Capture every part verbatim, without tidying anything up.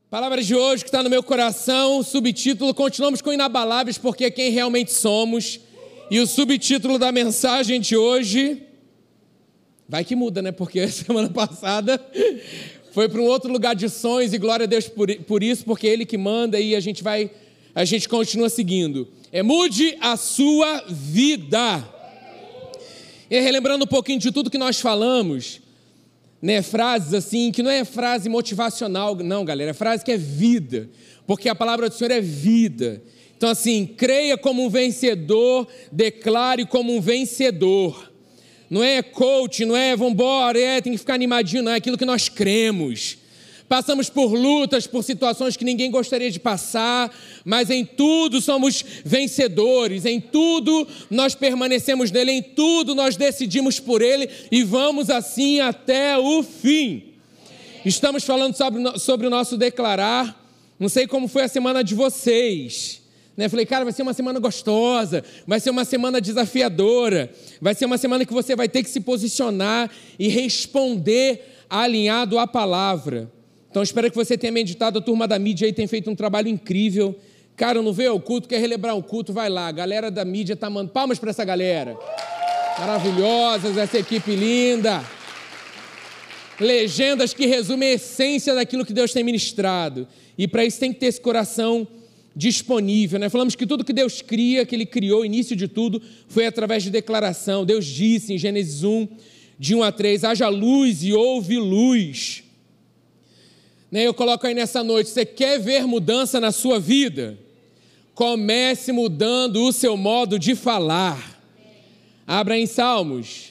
Palavra de hoje que está no meu coração, subtítulo, continuamos com inabaláveis porque é quem realmente somos. E o subtítulo da mensagem de hoje, vai que muda, né? Porque semana passada foi para um outro lugar de sonhos e glória a Deus por, por isso, porque é Ele que manda e a gente vai, a gente continua seguindo. É mude a sua vida. E relembrando um pouquinho de tudo que nós falamos, né, frases assim, que não é frase motivacional, não, galera, é frase que é vida, porque a palavra do Senhor é vida. Então, assim, creia como um vencedor, declare como um vencedor. Não é coach, não é vambora, é, tem que ficar animadinho, não, é aquilo que nós cremos. Passamos por lutas, por situações que ninguém gostaria de passar, mas em tudo somos vencedores, em tudo nós permanecemos nele, em tudo nós decidimos por ele e vamos assim até o fim. Estamos falando sobre, sobre o nosso declarar. Não sei como foi a semana de vocês, né? Falei, cara, vai ser uma semana gostosa, vai ser uma semana desafiadora, vai ser uma semana que você vai ter que se posicionar e responder alinhado à palavra. Então, espero que você tenha meditado. A turma da mídia aí tem feito um trabalho incrível. Cara, não veio ao culto, quer relembrar um culto, vai lá. A galera da mídia está mandando palmas para essa galera. Maravilhosas, essa equipe linda. Legendas que resumem a essência daquilo que Deus tem ministrado. E para isso tem que ter esse coração disponível, né? Falamos que tudo que Deus cria, que Ele criou, o início de tudo, foi através de declaração. Deus disse em Gênesis um, de um a três, haja luz e houve luz. Eu coloco aí nessa noite, você quer ver mudança na sua vida? Comece mudando o seu modo de falar. Abra em Salmos.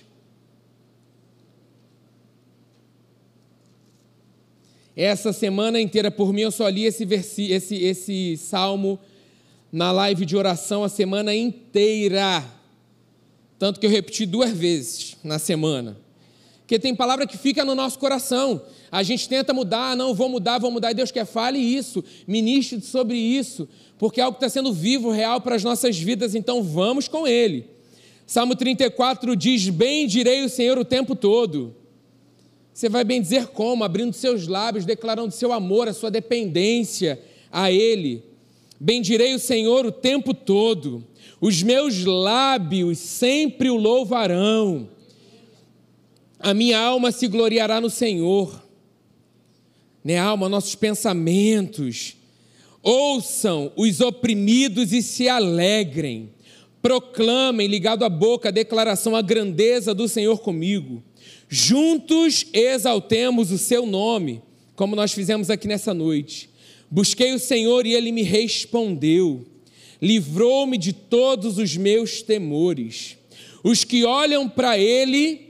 Essa semana inteira, por mim, eu só li esse, versi, esse, esse salmo na live de oração a semana inteira. Tanto que eu repeti duas vezes na semana. Porque tem palavra que fica no nosso coração. A gente tenta mudar, não, vou mudar, vou mudar, e Deus quer, fale isso, ministre sobre isso, porque é algo que está sendo vivo, real para as nossas vidas, então vamos com Ele. Salmo trinta e quatro diz, bendirei o Senhor o tempo todo. Você vai bendizer como? Abrindo seus lábios, declarando seu amor, a sua dependência a Ele. Bendirei o Senhor o tempo todo, os meus lábios sempre o louvarão. A minha alma se gloriará no Senhor. Né, alma, nossos pensamentos. Ouçam os oprimidos e se alegrem. Proclamem, ligado à boca, a declaração, a grandeza do Senhor comigo. Juntos exaltemos o seu nome, como nós fizemos aqui nessa noite. Busquei o Senhor e Ele me respondeu. Livrou-me de todos os meus temores. Os que olham para Ele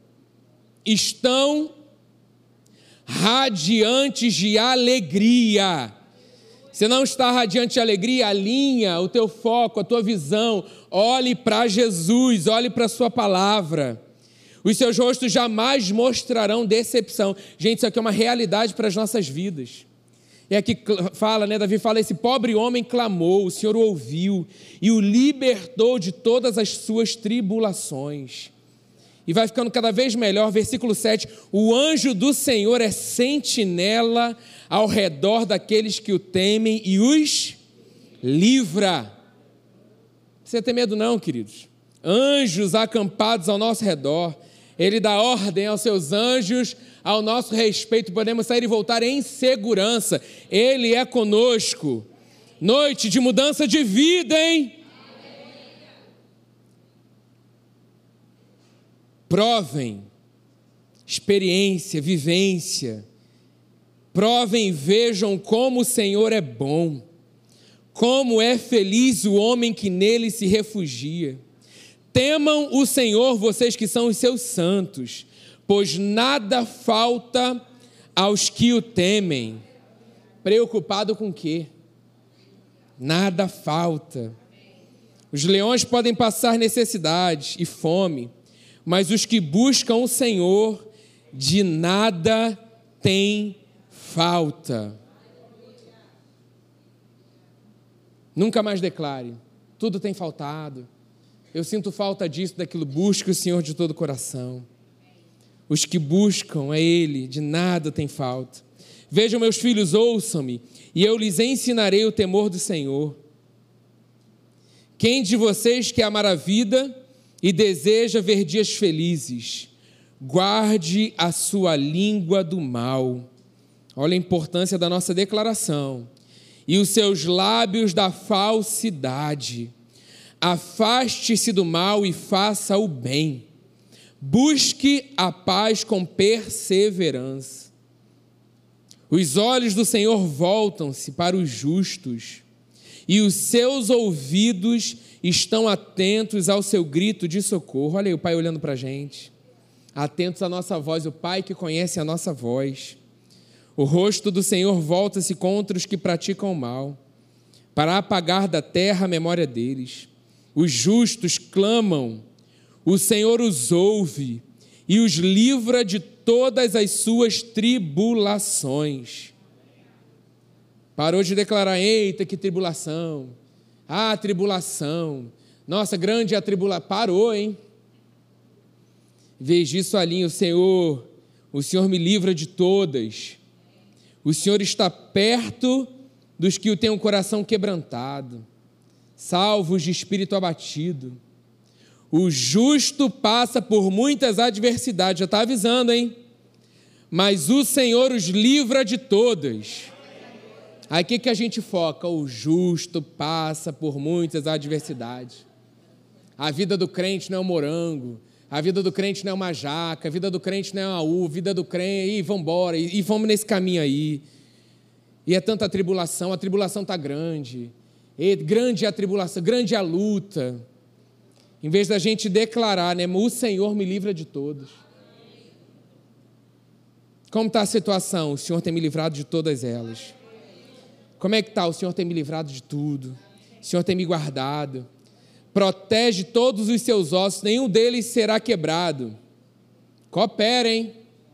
estão radiantes de alegria. Você não está radiante de alegria? Alinha o teu foco, a tua visão. Olhe para Jesus, olhe para a sua palavra. Os seus rostos jamais mostrarão decepção. Gente, isso aqui é uma realidade para as nossas vidas. E aqui fala, né, Davi fala, esse pobre homem clamou, o Senhor o ouviu e o libertou de todas as suas tribulações. E vai ficando cada vez melhor, versículo sete, o anjo do Senhor é sentinela ao redor daqueles que o temem e os livra. Não precisa ter medo não, queridos. Anjos acampados ao nosso redor, Ele dá ordem aos seus anjos, ao nosso respeito, podemos sair e voltar em segurança. Ele é conosco. Noite de mudança de vida, hein? Provem, experiência, vivência, provem e vejam como o Senhor é bom, como é feliz o homem que nele se refugia. Temam o Senhor, vocês que são os seus santos, pois nada falta aos que o temem. Preocupado com o quê? Nada falta. Os leões podem passar necessidades e fome, mas os que buscam o Senhor, de nada tem falta. Nunca mais declare, tudo tem faltado. Eu sinto falta disso, daquilo. Busque o Senhor de todo o coração. Os que buscam a Ele, de nada tem falta. Vejam, meus filhos, ouçam-me, e eu lhes ensinarei o temor do Senhor. Quem de vocês quer amar a vida e deseja ver dias felizes, guarde a sua língua do mal. Olha a importância da nossa declaração. E os seus lábios da falsidade. Afaste-se do mal e faça o bem. Busque a paz com perseverança. Os olhos do Senhor voltam-se para os justos, e os seus ouvidos estão atentos ao seu grito de socorro. Olha aí o Pai olhando para a gente, atentos à nossa voz, o Pai que conhece a nossa voz. O rosto do Senhor volta-se contra os que praticam o mal, para apagar da terra a memória deles. Os justos clamam, o Senhor os ouve e os livra de todas as suas tribulações. Parou de declarar, eita, que tribulação, ah, tribulação, nossa, grande é a tribulação. Parou, hein? Em vez disso, alinha, o Senhor, o Senhor me livra de todas. O Senhor está perto dos que o têm o coração quebrantado, salvos de espírito abatido. O justo passa por muitas adversidades, já está avisando, hein? Mas o Senhor os livra de todas. Aí o que, que a gente foca? O justo passa por muitas adversidades. A vida do crente não é um morango, a vida do crente não é uma jaca, a vida do crente não é uma uva, a vida do crente, e vamos embora, e, e vamos nesse caminho aí. E é tanta tribulação, a tribulação está grande, e grande é a tribulação, grande é a luta. Em vez da gente declarar, né, o Senhor me livra de todos. Como está a situação? O Senhor tem me livrado de todas elas. Como é que está? O Senhor tem me livrado de tudo. O Senhor tem me guardado. Protege todos os seus ossos, nenhum deles será quebrado. Cooperem.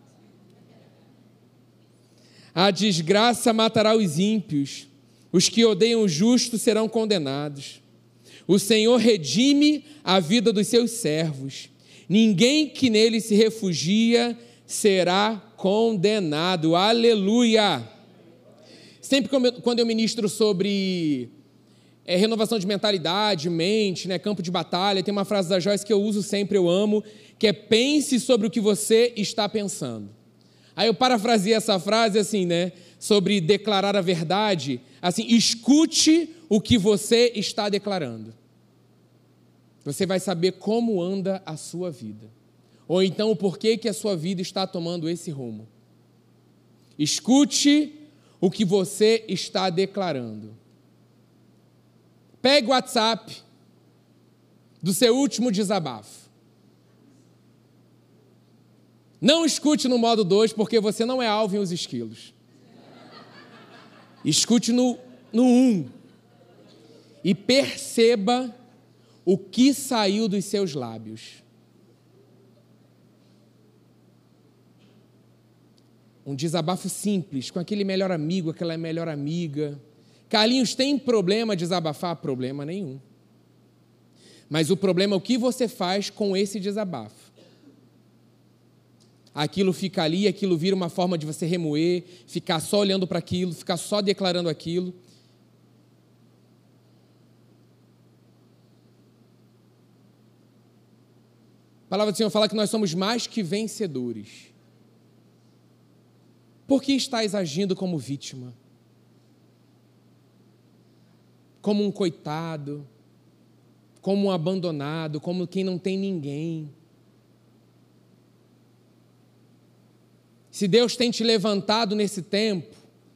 A desgraça matará os ímpios. Os que odeiam o justo serão condenados. O Senhor redime a vida dos seus servos. Ninguém que nele se refugia será condenado. Aleluia! Sempre quando eu ministro sobre é, renovação de mentalidade, mente, né, campo de batalha, tem uma frase da Joyce que eu uso sempre, eu amo, que é: pense sobre o que você está pensando. Aí eu parafraseei essa frase assim, né, sobre declarar a verdade, assim, escute o que você está declarando. Você vai saber como anda a sua vida. Ou então o porquê que a sua vida está tomando esse rumo. Escute o que você está declarando. Pegue o WhatsApp do seu último desabafo. Não escute no modo dois, porque você não é alvo em os esquilos. Escute no, no um. E perceba o que saiu dos seus lábios. Um desabafo simples, com aquele melhor amigo, aquela melhor amiga. Carlinhos, tem problema desabafar? Problema nenhum. Mas o problema é o que você faz com esse desabafo. Aquilo fica ali, aquilo vira uma forma de você remoer, ficar só olhando para aquilo, ficar só declarando aquilo. A palavra do Senhor fala que nós somos mais que vencedores. Por que estás agindo como vítima? Como um coitado, como um abandonado, como quem não tem ninguém. Se Deus tem te levantado nesse tempo,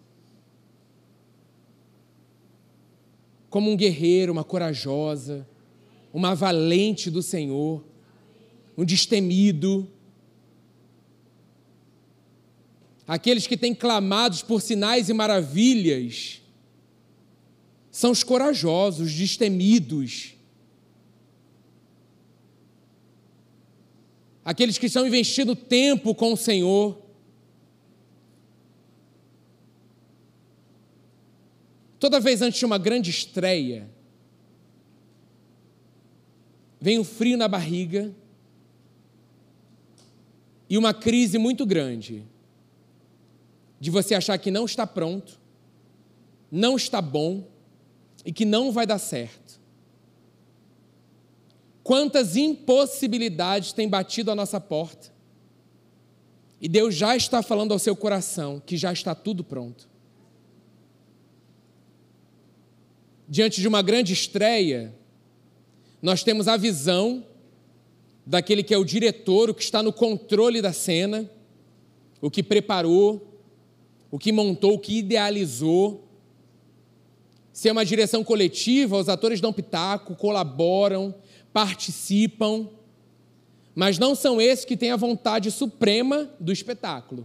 como um guerreiro, uma corajosa, uma valente do Senhor, um destemido, aqueles que têm clamados por sinais e maravilhas, são os corajosos, destemidos, aqueles que estão investindo tempo com o Senhor. Toda vez antes de uma grande estreia, vem um frio na barriga e uma crise muito grande. de você achar que não está pronto, não está bom e que não vai dar certo. Quantas impossibilidades têm batido à nossa porta e Deus já está falando ao seu coração que já está tudo pronto. Diante de uma grande estreia, nós temos a visão daquele que é o diretor, o que está no controle da cena, o que preparou, o que montou, o que idealizou. Se é uma direção coletiva, os atores dão pitaco, colaboram, participam, mas não são esses que têm a vontade suprema do espetáculo.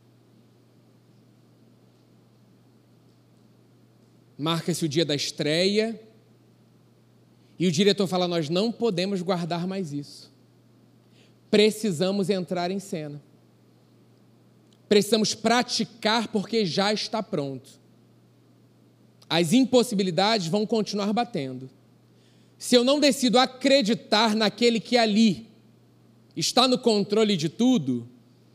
Marca-se o dia da estreia e o diretor fala: nós não podemos guardar mais isso. Precisamos entrar em cena. Precisamos praticar porque já está pronto. As impossibilidades vão continuar batendo. Se eu não decido acreditar naquele que ali está no controle de tudo,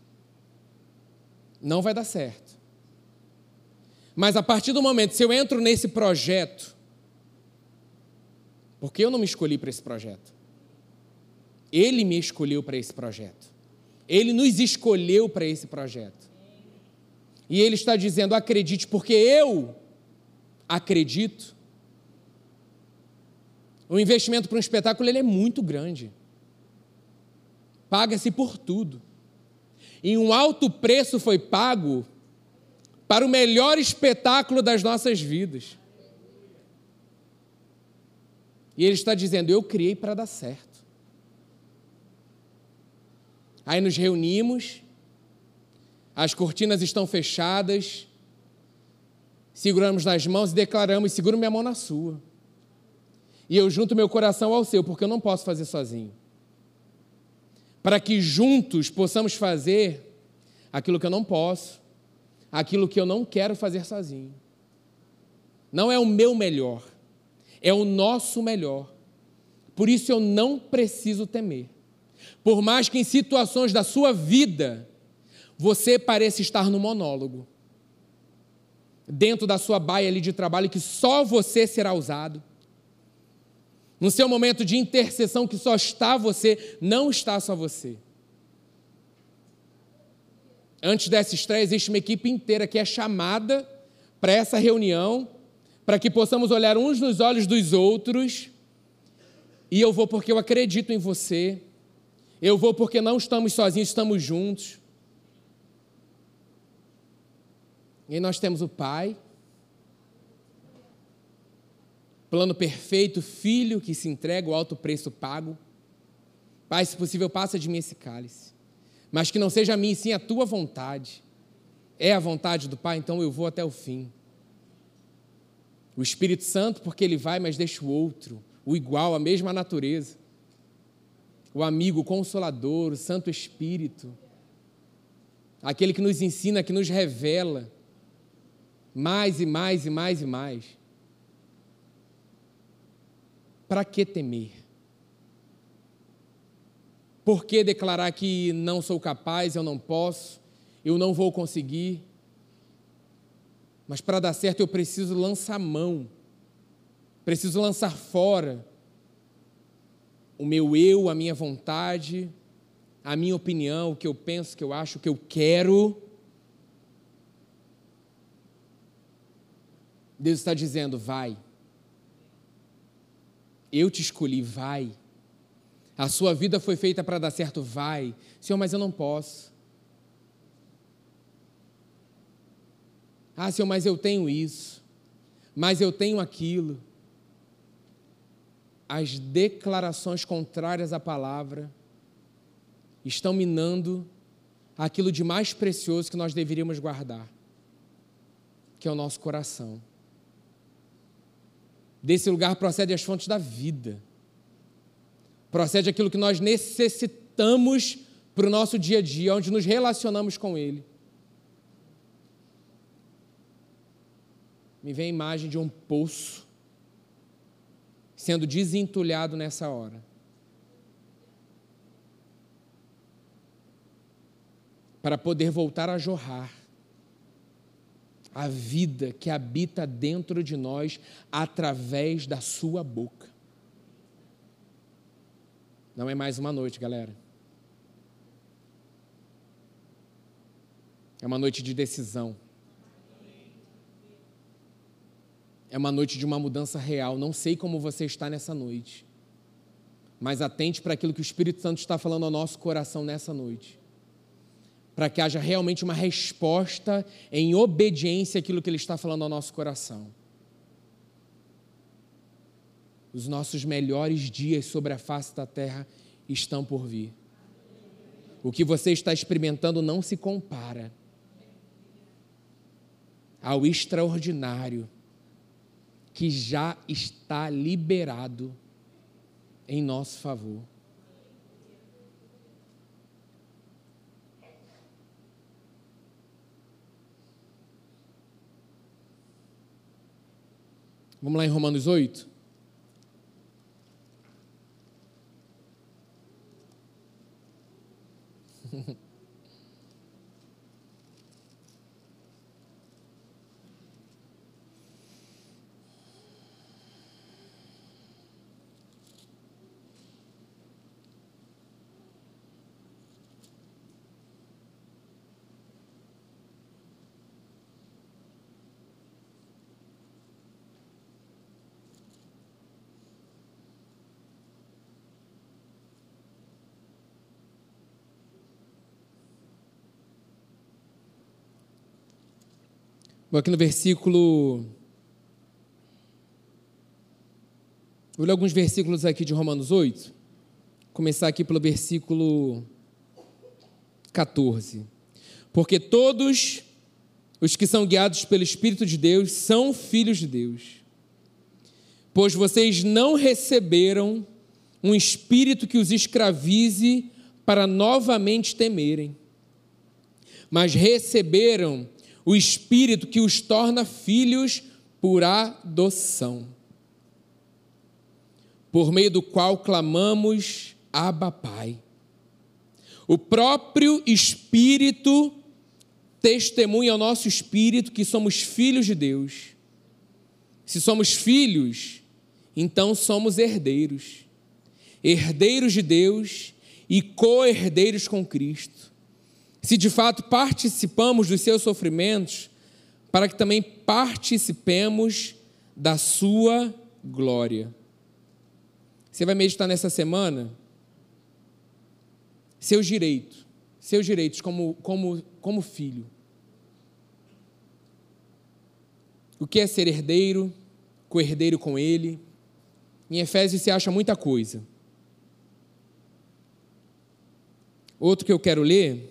não vai dar certo. Mas a partir do momento, se eu entro nesse projeto, porque eu não me escolhi para esse projeto, Ele me escolheu para esse projeto, Ele nos escolheu para esse projeto, e Ele está dizendo: acredite, porque eu acredito. O investimento para um espetáculo ele é muito grande, paga-se por tudo, e um alto preço foi pago para o melhor espetáculo das nossas vidas. E Ele está dizendo: eu criei para dar certo. Aí nos reunimos, as cortinas estão fechadas, seguramos nas mãos e declaramos: seguro minha mão na sua. E eu junto meu coração ao seu, porque eu não posso fazer sozinho. Para que juntos possamos fazer aquilo que eu não posso, aquilo que eu não quero fazer sozinho. Não é o meu melhor, é o nosso melhor. Por isso eu não preciso temer. Por mais que em situações da sua vida você pareça estar no monólogo, dentro da sua baia ali de trabalho que só você será usado, no seu momento de intercessão que só está você, não está só você. Antes dessa estreia, existe uma equipe inteira que é chamada para essa reunião, para que possamos olhar uns nos olhos dos outros, e eu vou porque eu acredito em você, eu vou porque não estamos sozinhos, estamos juntos. E aí nós temos o Pai, plano perfeito, Filho que se entrega, o alto preço pago. Pai, se possível, passa de mim esse cálice, mas que não seja a minha, e sim a tua vontade. É a vontade do Pai, então eu vou até o fim. O Espírito Santo, porque ele vai, mas deixa o outro, o igual, a mesma natureza. O amigo, o consolador, o Santo Espírito, aquele que nos ensina, que nos revela mais e mais e mais e mais. Para que temer? Por que declarar que não sou capaz, eu não posso, eu não vou conseguir? Mas para dar certo eu preciso lançar mão, preciso lançar fora o meu eu, a minha vontade, a minha opinião, o que eu penso, o que eu acho, o que eu quero. Deus está dizendo: vai. Eu te escolhi, vai. A sua vida foi feita para dar certo, vai. Senhor, mas eu não posso. Ah, Senhor, mas eu tenho isso, mas eu tenho aquilo. As declarações contrárias à palavra estão minando aquilo de mais precioso que nós deveríamos guardar, que é o nosso coração. Desse lugar procede as fontes da vida. Procede aquilo que nós necessitamos para o nosso dia a dia, onde nos relacionamos com Ele. Me vem a imagem de um poço sendo desentulhado nessa hora. Para poder voltar a jorrar. a vida que habita dentro de nós através da sua boca. Não é mais uma noite, galera. É uma noite de decisão. É uma noite de uma mudança real. Não sei como você está nessa noite, mas atente para aquilo que o Espírito Santo está falando ao nosso coração nessa noite, para que haja realmente uma resposta em obediência àquilo que Ele está falando ao nosso coração. Os nossos melhores dias sobre a face da terra estão por vir. O que você está experimentando não se compara ao extraordinário que já está liberado em nosso favor. Vamos lá em Romanos oito? Vou aqui no versículo... Vou ler alguns versículos aqui de Romanos oito. Vou começar aqui pelo versículo catorze. Porque todos os que são guiados pelo Espírito de Deus são filhos de Deus. Pois vocês não receberam um espírito que os escravize para novamente temerem, mas receberam o Espírito que os torna filhos por adoção, por meio do qual clamamos, Abba, Pai. O próprio Espírito testemunha ao nosso espírito que somos filhos de Deus. Se somos filhos, então somos herdeiros, herdeiros de Deus e co-herdeiros com Cristo. Se de fato participamos dos seus sofrimentos, para que também participemos da sua glória. Você vai meditar nessa semana seus direitos, seus direitos como, como, como filho. O que é ser herdeiro, co-herdeiro com Ele? Em Efésios se acha muita coisa. Outro que eu quero ler...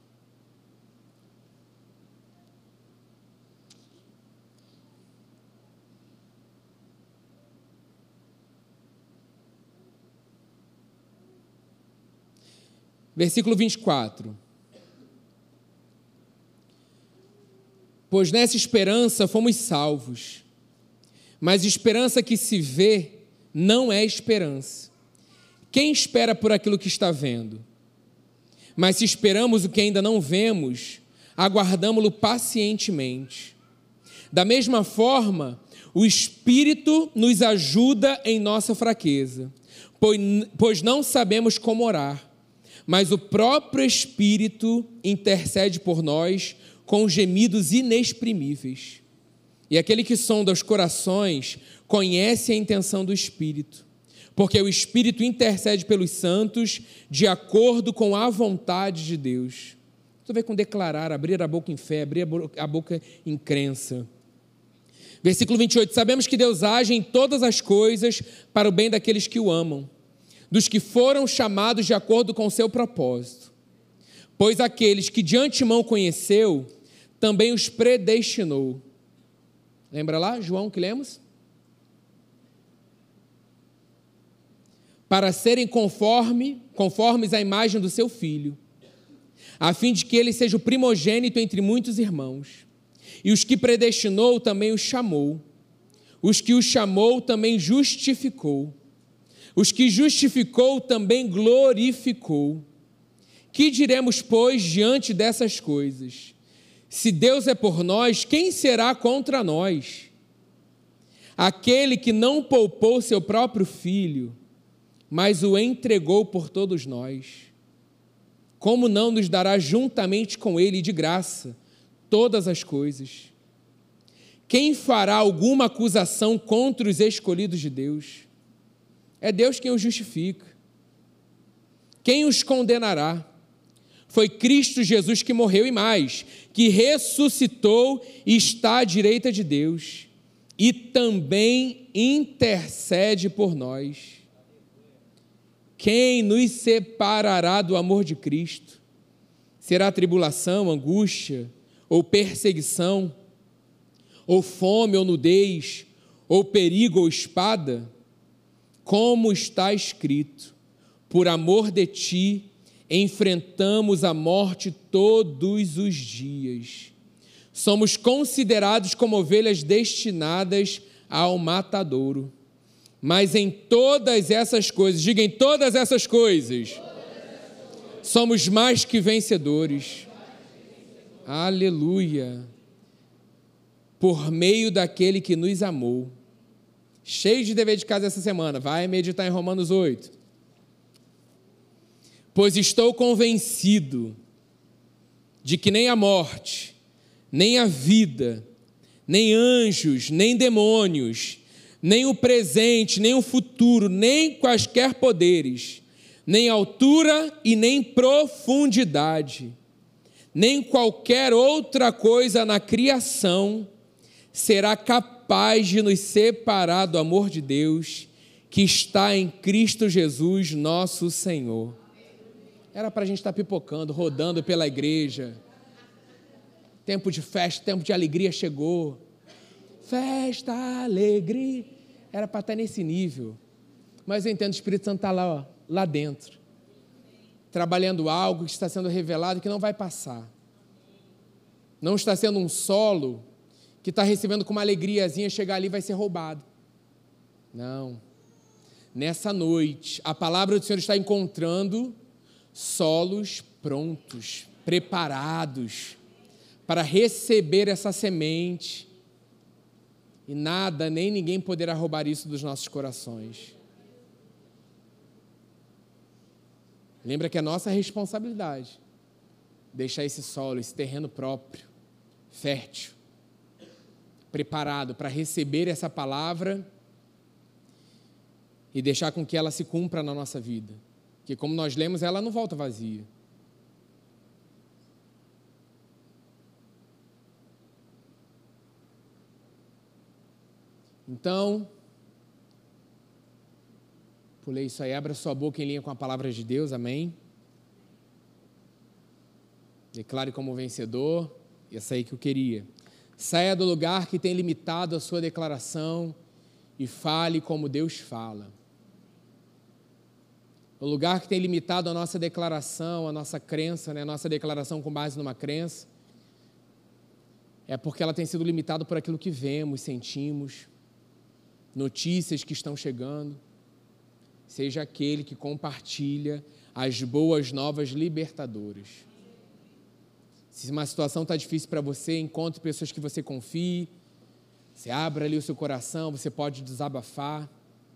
Versículo vinte e quatro. Pois nessa esperança fomos salvos, mas esperança que se vê não é esperança. Quem espera por aquilo que está vendo? Mas se esperamos o que ainda não vemos, aguardamo-lo pacientemente. Da mesma forma, o Espírito nos ajuda em nossa fraqueza, pois não sabemos como orar, mas o próprio Espírito intercede por nós com gemidos inexprimíveis. E aquele que sonda os corações conhece a intenção do Espírito, porque o Espírito intercede pelos santos de acordo com a vontade de Deus. Isso a ver com declarar, abrir a boca em fé, abrir a boca em crença. Versículo vinte e oito. Sabemos que Deus age em todas as coisas para o bem daqueles que o amam, dos que foram chamados de acordo com o seu propósito. Pois aqueles que de antemão conheceu, também os predestinou. Lembra lá, João, que lemos? Para serem conforme, conformes à imagem do seu Filho, a fim de que ele seja o primogênito entre muitos irmãos. E os que predestinou, também os chamou. Os que os chamou, também justificou. Os que justificou também glorificou. Que diremos, pois, diante dessas coisas? Se Deus é por nós, quem será contra nós? Aquele que não poupou seu próprio filho, mas o entregou por todos nós, como não nos dará juntamente com ele de graça todas as coisas? Quem fará alguma acusação contra os escolhidos de Deus? É Deus quem os justifica. Quem os condenará? Foi Cristo Jesus que morreu e mais, que ressuscitou e está à direita de Deus, e também intercede por nós. Quem nos separará do amor de Cristo? Será tribulação, angústia, ou perseguição, ou fome, ou nudez, ou perigo, ou espada? Como está escrito: por amor de ti, enfrentamos a morte todos os dias. Somos considerados como ovelhas destinadas ao matadouro. Mas em todas essas coisas, diga em todas essas coisas, somos mais que vencedores. Aleluia. Por meio daquele que nos amou. Cheio de dever de casa essa semana. Vai meditar em Romanos oito. Pois estou convencido de que nem a morte, nem a vida, nem anjos, nem demônios, nem o presente, nem o futuro, nem quaisquer poderes, nem altura e nem profundidade, nem qualquer outra coisa na criação será capaz de nos separar do amor de Deus que está em Cristo Jesus, nosso Senhor. Era para a gente estar pipocando, rodando pela igreja. Tempo de festa, tempo de alegria chegou. Festa, alegria. Era para estar nesse nível. Mas eu entendo, o Espírito Santo está lá, ó, lá dentro. Trabalhando algo que está sendo revelado que não vai passar. Não está sendo um solo que está recebendo com uma alegriazinha, chegar ali e vai ser roubado. Não. Nessa noite, a palavra do Senhor está encontrando solos prontos, preparados para receber essa semente, e nada, nem ninguém poderá roubar isso dos nossos corações. Lembra que é nossa responsabilidade deixar esse solo, esse terreno próprio, fértil, preparado para receber essa palavra e deixar com que ela se cumpra na nossa vida. Que, como nós lemos, ela não volta vazia. Então, pulei isso aí, abra sua boca em linha com a palavra de Deus, amém? Declare como vencedor, essa aí que eu queria. Saia do lugar que tem limitado a sua declaração e fale como Deus fala. O lugar que tem limitado a nossa declaração, a nossa crença, né? A nossa declaração com base numa crença, é porque ela tem sido limitada por aquilo que vemos, sentimos, notícias que estão chegando. Seja aquele que compartilha as boas novas libertadoras. Se uma situação está difícil para você, encontre pessoas que você confie, você abra ali o seu coração, você pode desabafar,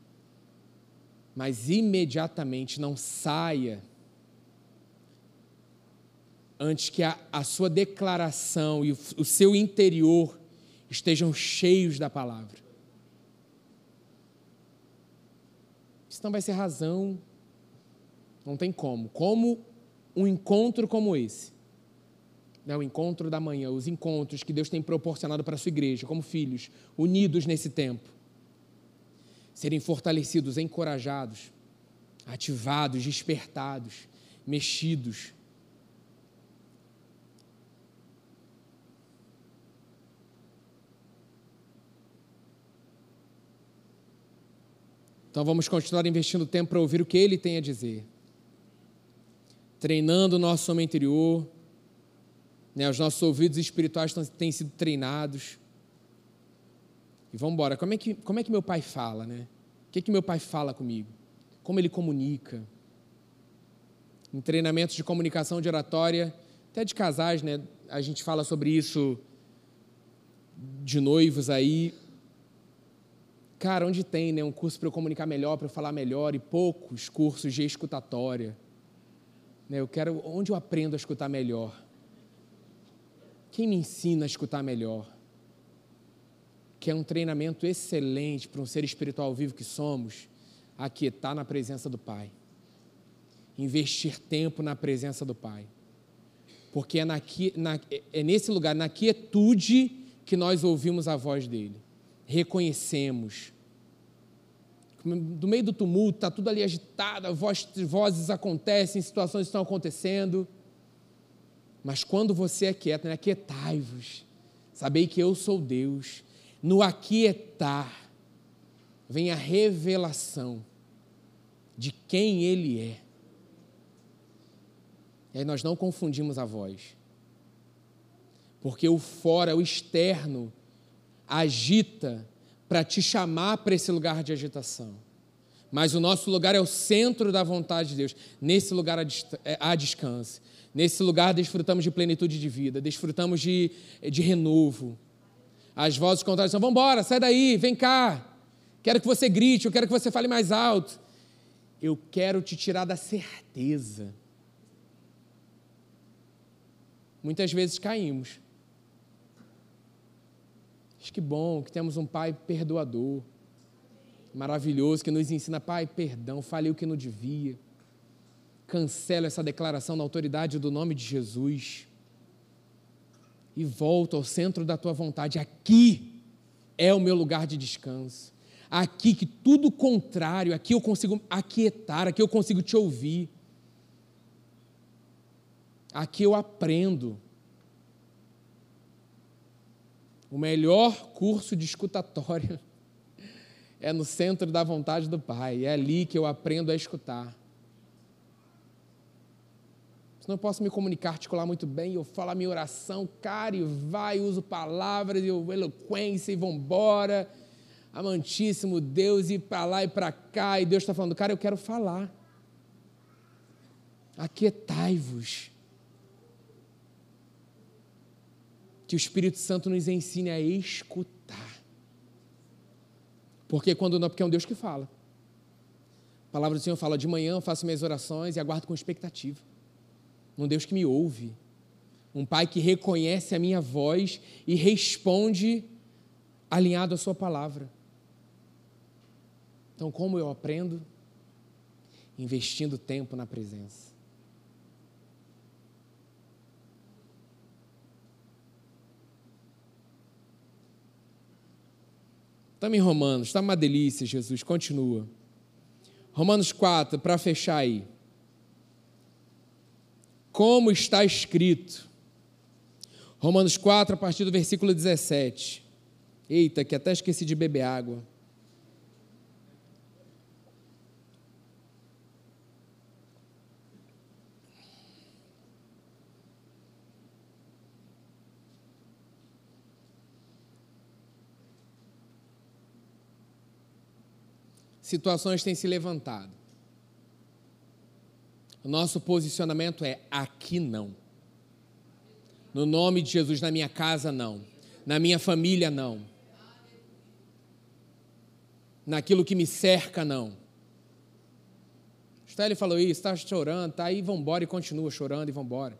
mas imediatamente não saia antes que a, a sua declaração e o, o seu interior estejam cheios da palavra. Isso não vai ser razão, não tem como. Como um encontro como esse, né? O encontro da manhã, os encontros que Deus tem proporcionado para a sua igreja, como filhos, unidos nesse tempo, serem fortalecidos, encorajados, ativados, despertados, mexidos. Então vamos continuar investindo tempo para ouvir o que Ele tem a dizer. Treinando o nosso homem interior, né? Os nossos ouvidos espirituais têm sido treinados. E vamos embora. Como é que, como é que meu pai fala, né? O que, que meu pai fala comigo? Como ele comunica? Em treinamentos de comunicação de oratória, até de casais, né? a gente fala sobre isso de noivos aí. Cara, onde tem, né, um curso para eu comunicar melhor, para eu falar melhor, e poucos cursos de escutatória. Né, eu quero, onde eu aprendo a escutar melhor? Quem me ensina a escutar melhor? Que é um treinamento excelente para um ser espiritual vivo que somos, aquietar na presença do Pai. Investir tempo na presença do Pai. Porque é, na, na, é nesse lugar, na quietude, que nós ouvimos a voz dele. Reconhecemos. Do meio do tumulto, está tudo ali agitado, voz, vozes acontecem, situações estão acontecendo. Mas quando você é quieto, né? Aquietai-vos. Sabei que eu sou Deus. No aquietar, vem a revelação de quem Ele é. E aí nós não confundimos a voz. Porque o fora, o externo, agita para te chamar para esse lugar de agitação. Mas o nosso lugar é o centro da vontade de Deus. Nesse lugar há descanso. Nesse lugar desfrutamos de plenitude de vida, desfrutamos de, de renovo. As vozes contrárias são: vamos embora, sai daí, vem cá. Quero que você grite, eu quero que você fale mais alto. Eu quero te tirar da certeza. Muitas vezes caímos. Mas que bom que temos um Pai perdoador, maravilhoso, que nos ensina: Pai, perdão, falei o que não devia. Cancelo essa declaração na autoridade do nome de Jesus e volto ao centro da tua vontade. Aqui é o meu lugar de descanso. Aqui que tudo contrário, aqui eu consigo aquietar, aqui eu consigo te ouvir. Aqui eu aprendo. O melhor curso de escutatória é no centro da vontade do Pai. É ali que eu aprendo a escutar. Senão eu posso me comunicar, articular muito bem, eu falo a minha oração, cara, e vai, uso palavras, eu eloquência, e vambora. Amantíssimo Deus, e para lá e para cá, e Deus está falando: cara, eu quero falar. Aquietai-vos. Que o Espírito Santo nos ensine a escutar. Porque quando não, porque é um Deus que fala. A palavra do Senhor fala: de manhã eu faço minhas orações e aguardo com expectativa. Um Deus que me ouve. Um Pai que reconhece a minha voz e responde alinhado à sua palavra. Então, como eu aprendo? Investindo tempo na presença. Estamos em Romanos, está uma delícia, Jesus, continua. Romanos quatro, para fechar aí. Como está escrito. Romanos quatro, a partir do versículo dezessete. Eita, que até esqueci de beber água. Situações têm se levantado. O nosso posicionamento é: aqui não. No nome de Jesus, na minha casa não. Na minha família não. Naquilo que me cerca não. Ele falou isso, está chorando, tá aí, vamos embora, e continua chorando e vamos embora.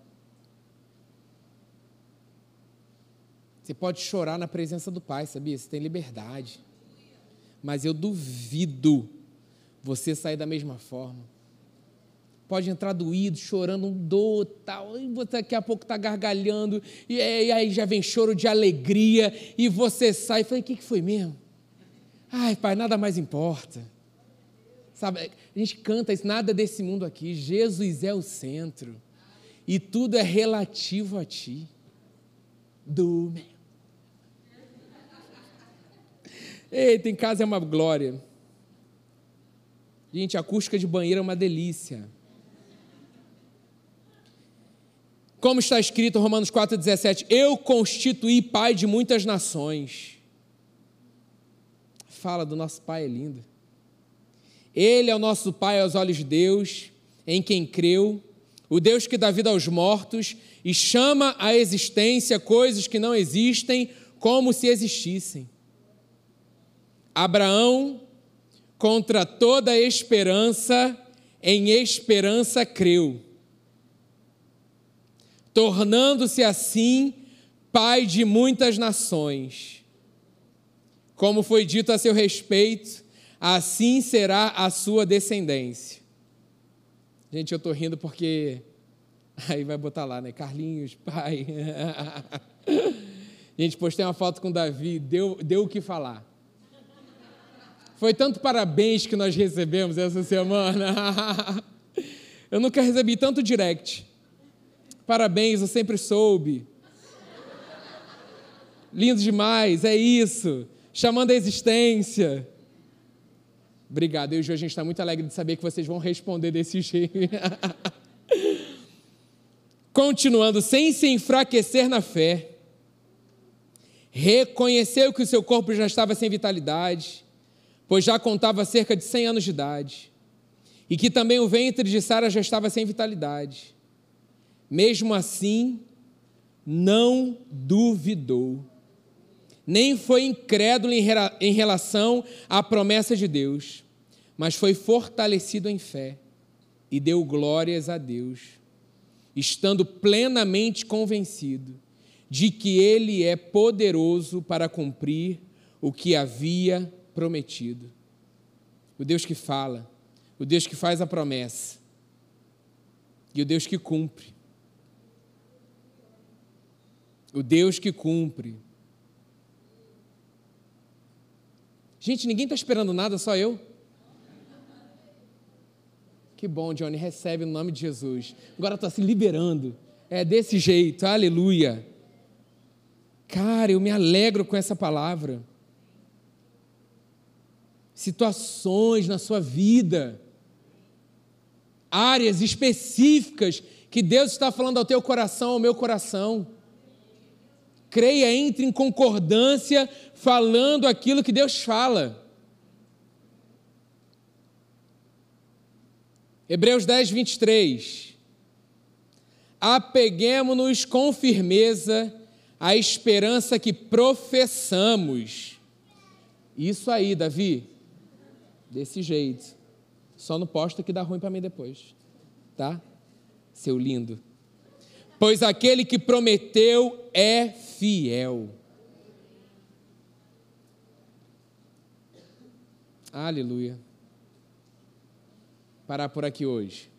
Você pode chorar na presença do Pai, sabia? Você tem liberdade. Mas eu duvido você sair da mesma forma. Pode entrar doído, chorando, um dor, tal, e você daqui a pouco está gargalhando, e aí já vem choro de alegria, e você sai e fala: o que foi mesmo? Ai, Pai, nada mais importa. Sabe, a gente canta isso: nada desse mundo aqui, Jesus é o centro, e tudo é relativo a Ti. Do meu. Eita, em casa é uma glória. Gente, a acústica de banheiro é uma delícia. Como está escrito em Romanos quatro, dezessete, eu constituí pai de muitas nações. Fala do nosso Pai, é lindo. Ele é o nosso Pai aos olhos de Deus, em quem creu, o Deus que dá vida aos mortos e chama à existência coisas que não existem como se existissem. Abraão, contra toda esperança, em esperança creu, tornando-se assim pai de muitas nações. Como foi dito a seu respeito, assim será a sua descendência. Gente, eu estou rindo porque... Aí vai botar lá, né? Carlinhos, pai. Gente, postei uma foto com o Davi, deu, deu o que falar. Foi tanto parabéns que nós recebemos essa semana. Eu nunca recebi tanto direct. Parabéns, eu sempre soube. Lindo demais, é isso. Chamando a existência. Obrigado, eu e o Ju, a gente está muito alegre de saber que vocês vão responder desse jeito. Continuando, sem se enfraquecer na fé, reconheceu que o seu corpo já estava sem vitalidade, pois já contava cerca de cem anos de idade, e que também o ventre de Sara já estava sem vitalidade. Mesmo assim, não duvidou, nem foi incrédulo em relação à promessa de Deus, mas foi fortalecido em fé e deu glórias a Deus, estando plenamente convencido de que Ele é poderoso para cumprir o que havia prometido. O Deus que fala, o Deus que faz a promessa e o Deus que cumpre. O Deus que cumpre. Gente, ninguém está esperando nada, só eu. Que bom, Johnny, recebe no nome de Jesus. Agora está se liberando. É desse jeito, aleluia. Cara, eu me alegro com essa palavra. Situações na sua vida, áreas específicas que Deus está falando ao teu coração, ao meu coração. Creia, entre em concordância, falando aquilo que Deus fala. Hebreus dez, vinte e três. Apeguemo-nos com firmeza à esperança que professamos. Isso aí, Davi. Desse jeito. Só não posta que dá ruim para mim depois. Tá? Seu lindo. Pois aquele que prometeu é fiel. Aleluia. Parar por aqui hoje.